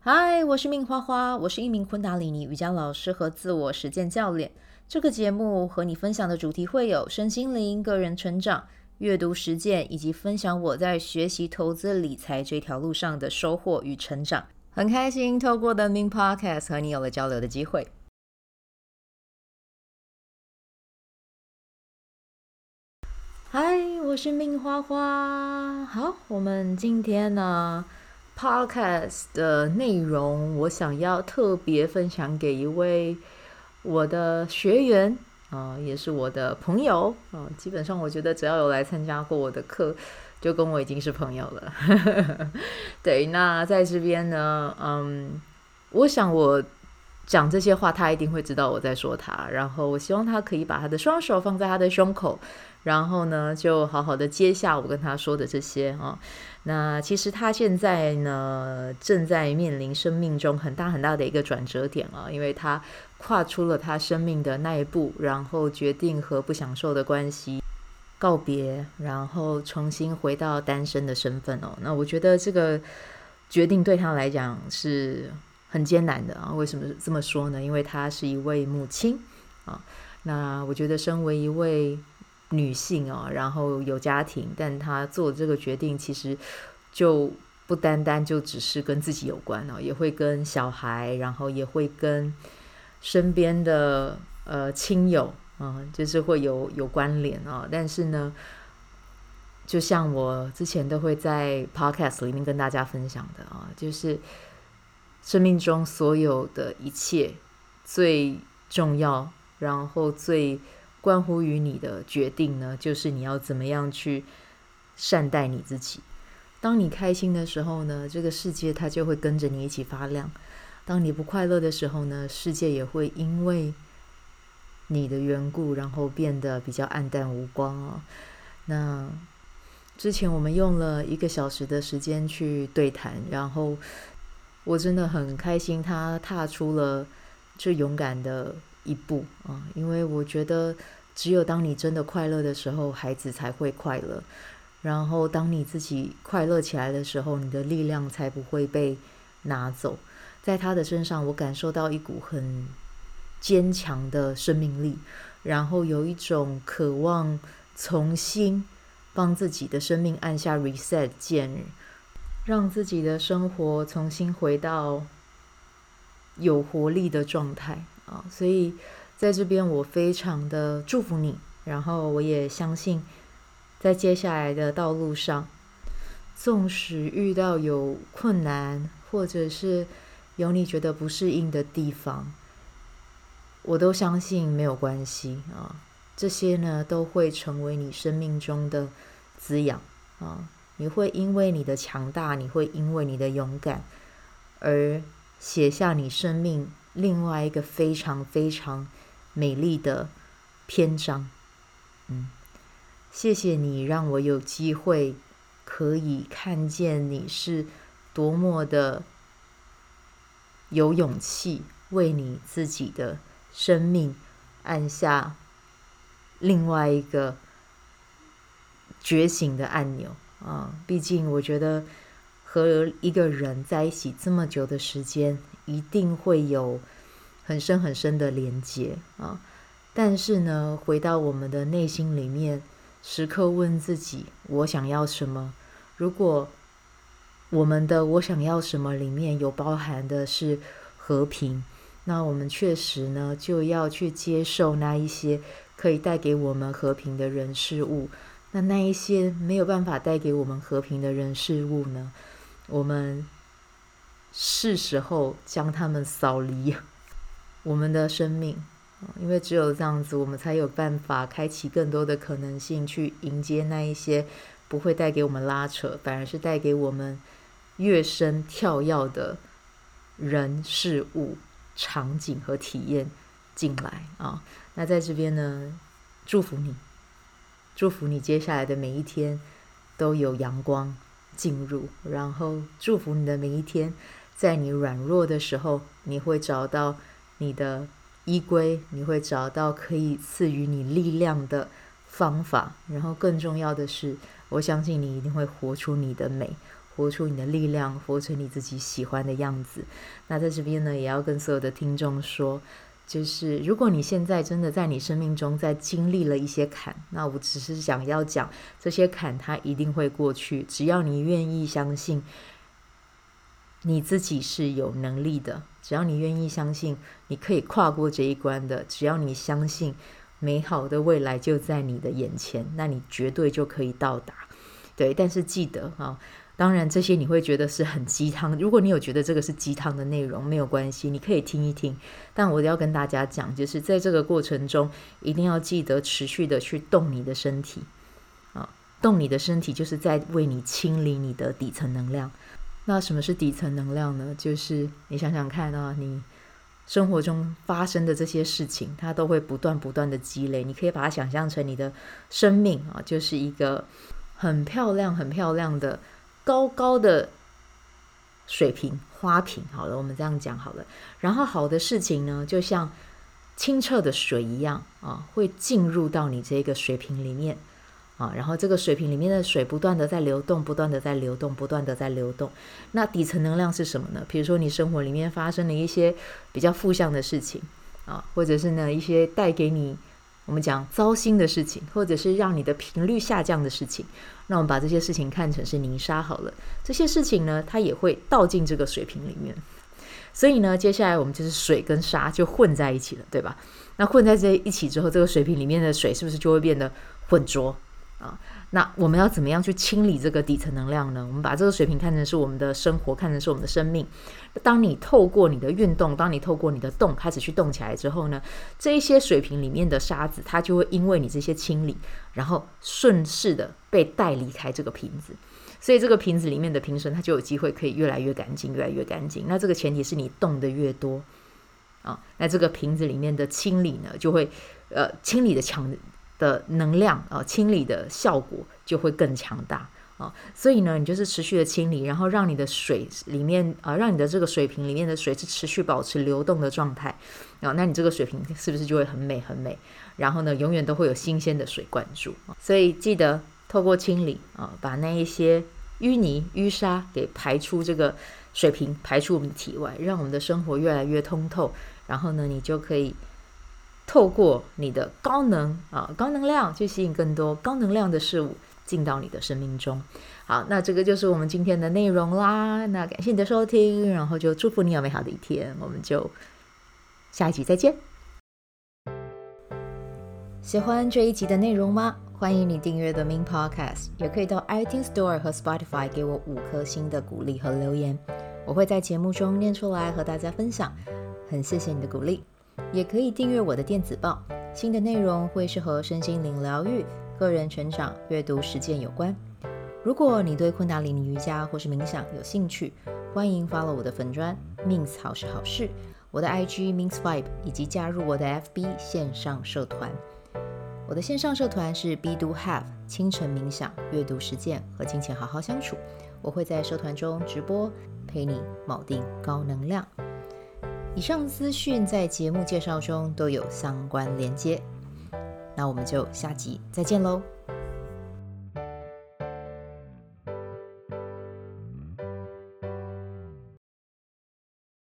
嗨，我是命花花，我是一名昆达里尼瑜伽老师和自我实践教练。这个节目和你分享的主题会有身心灵、个人成长、阅读实践，以及分享我在学习投资理财这条路上的收获与成长。很开心透过The Min Podcast 和你有了交流的机会。嗨，我是命花花。好，我们今天呢，Podcast 的内容我想要特别分享给一位我的学员也是我的朋友基本上我觉得只要有来参加过我的课，就跟我已经是朋友了。对，那在这边呢，我想我讲这些话，他一定会知道我在说他。然后我希望他可以把他的双手放在他的胸口，然后呢，就好好的接下我跟他说的这些那其实他现在呢，正在面临生命中很大很大的一个转折点因为他跨出了他生命的那一步，然后决定和不享受的关系告别，然后重新回到单身的身份那我觉得这个决定对他来讲是很艰难的为什么这么说呢？因为她是一位母亲那我觉得身为一位女性然后有家庭，但她做这个决定其实就不单单就只是跟自己有关也会跟小孩，然后也会跟身边的亲友就是会有关联但是呢，就像我之前都会在 podcast 里面跟大家分享的就是生命中所有的一切最重要，然后最关乎于你的决定呢，就是你要怎么样去善待你自己。当你开心的时候呢，这个世界它就会跟着你一起发亮。当你不快乐的时候呢，世界也会因为你的缘故，然后变得比较暗淡无光那之前我们用了1个小时的时间去对谈，然后我真的很开心他踏出了这勇敢的一步因为我觉得只有当你真的快乐的时候，孩子才会快乐，然后当你自己快乐起来的时候，你的力量才不会被拿走。在他的身上我感受到一股很坚强的生命力，然后有一种渴望重新帮自己的生命按下 reset 键，让自己的生活重新回到有活力的状态所以在这边我非常的祝福你，然后我也相信在接下来的道路上，纵使遇到有困难，或者是有你觉得不适应的地方，我都相信没有关系这些呢都会成为你生命中的滋养你会因为你的强大，你会因为你的勇敢而写下你生命另外一个非常非常美丽的篇章谢谢你让我有机会可以看见你是多么的有勇气为你自己的生命按下另外一个觉醒的按钮毕竟我觉得和一个人在一起这么久的时间，一定会有很深很深的连结但是呢，回到我们的内心里面，时刻问自己我想要什么。如果我们的我想要什么里面有包含的是和平，那我们确实呢就要去接受那一些可以带给我们和平的人事物。那一些没有办法带给我们和平的人事物呢，我们是时候将他们扫离我们的生命因为只有这样子，我们才有办法开启更多的可能性，去迎接那一些不会带给我们拉扯，反而是带给我们跃升跳跃的人事物场景和体验进来那在这边呢，祝福你接下来的每一天都有阳光进入，然后祝福你的每一天在你软弱的时候，你会找到你的依归，你会找到可以赐予你力量的方法，然后更重要的是，我相信你一定会活出你的美， 活出你的力量，活成你自己喜欢的样子。那在这边呢，也要跟所有的听众说，就是如果你现在真的在你生命中在经历了一些坎，那我只是想要讲，这些坎它一定会过去，只要你愿意相信你自己是有能力的，只要你愿意相信你可以跨过这一关的，只要你相信美好的未来就在你的眼前，那你绝对就可以到达。对，但是记得啊，当然这些你会觉得是很鸡汤，如果你有觉得这个是鸡汤的内容，没有关系，你可以听一听。但我要跟大家讲，就是在这个过程中一定要记得持续的去动你的身体啊，动你的身体就是在为你清理你的底层能量。那什么是底层能量呢？就是你想想看啊，你生活中发生的这些事情，它都会不断的积累。你可以把它想象成你的生命啊，就是一个很漂亮的高的水瓶花瓶。好了，我们这样讲好了。然后好的事情呢，就像清澈的水一样啊，会进入到你这个水瓶里面然后这个水瓶里面的水不断的在流动，不断的在流动。那底层能量是什么呢？比如说你生活里面发生了一些比较负向的事情或者是呢一些带给你我们讲糟心的事情，或者是让你的频率下降的事情，那我们把这些事情看成是泥沙好了。这些事情呢，它也会倒进这个水瓶里面。所以呢，接下来我们就是水跟沙就混在一起了，对吧？那混在这一起之后，这个水瓶里面的水是不是就会变得浑浊？那我们要怎么样去清理这个底层能量呢？我们把这个水瓶看成是我们的生活，看成是我们的生命。当你透过你的运动，当你透过你的动开始去动起来之后呢，这一些水瓶里面的沙子，它就会因为你这些清理，然后顺势的被带离开这个瓶子。所以这个瓶子里面的瓶身，它就有机会可以越来越干净。那这个前提是你动的越多那这个瓶子里面的清理呢，就会清理的强的能量清理的效果就会更强大所以呢，你就是持续的清理，然后让你的水里面让你的这个水瓶里面的水是持续保持流动的状态那你这个水瓶是不是就会很美？然后呢，永远都会有新鲜的水灌注所以记得透过清理把那一些淤泥淤沙给排出这个水瓶，排出我们的体外，让我们的生活越来越通透。然后呢，你就可以透过你的高能量去吸引更多高能量的事物进到你的生命中。好，那这个就是我们今天的内容啦。那感谢你的收听，然后就祝福你有美好的一天，我们就下一集再见。喜欢这一集的内容吗？欢迎你订阅 The Min Podcast， 也可以到 iTunes Store 和 Spotify 给我5颗星的鼓励和留言，我会在节目中念出来和大家分享。很谢谢你的鼓励。也可以订阅我的电子报，新的内容会是和身心灵疗愈、个人成长、阅读实践有关。如果你对昆达里尼瑜伽或是冥想有兴趣，欢迎 follow 我的粉专 Mins 好是好事，我的 IG Mins Vibe， 以及加入我的 FB 线上社团。我的线上社团是 Be Do Have 清晨冥想、阅读实践和金钱好好相处，我会在社团中直播，陪你铆定高能量。以上资讯在节目介绍中都有相关连接，那我们就下集再见喽。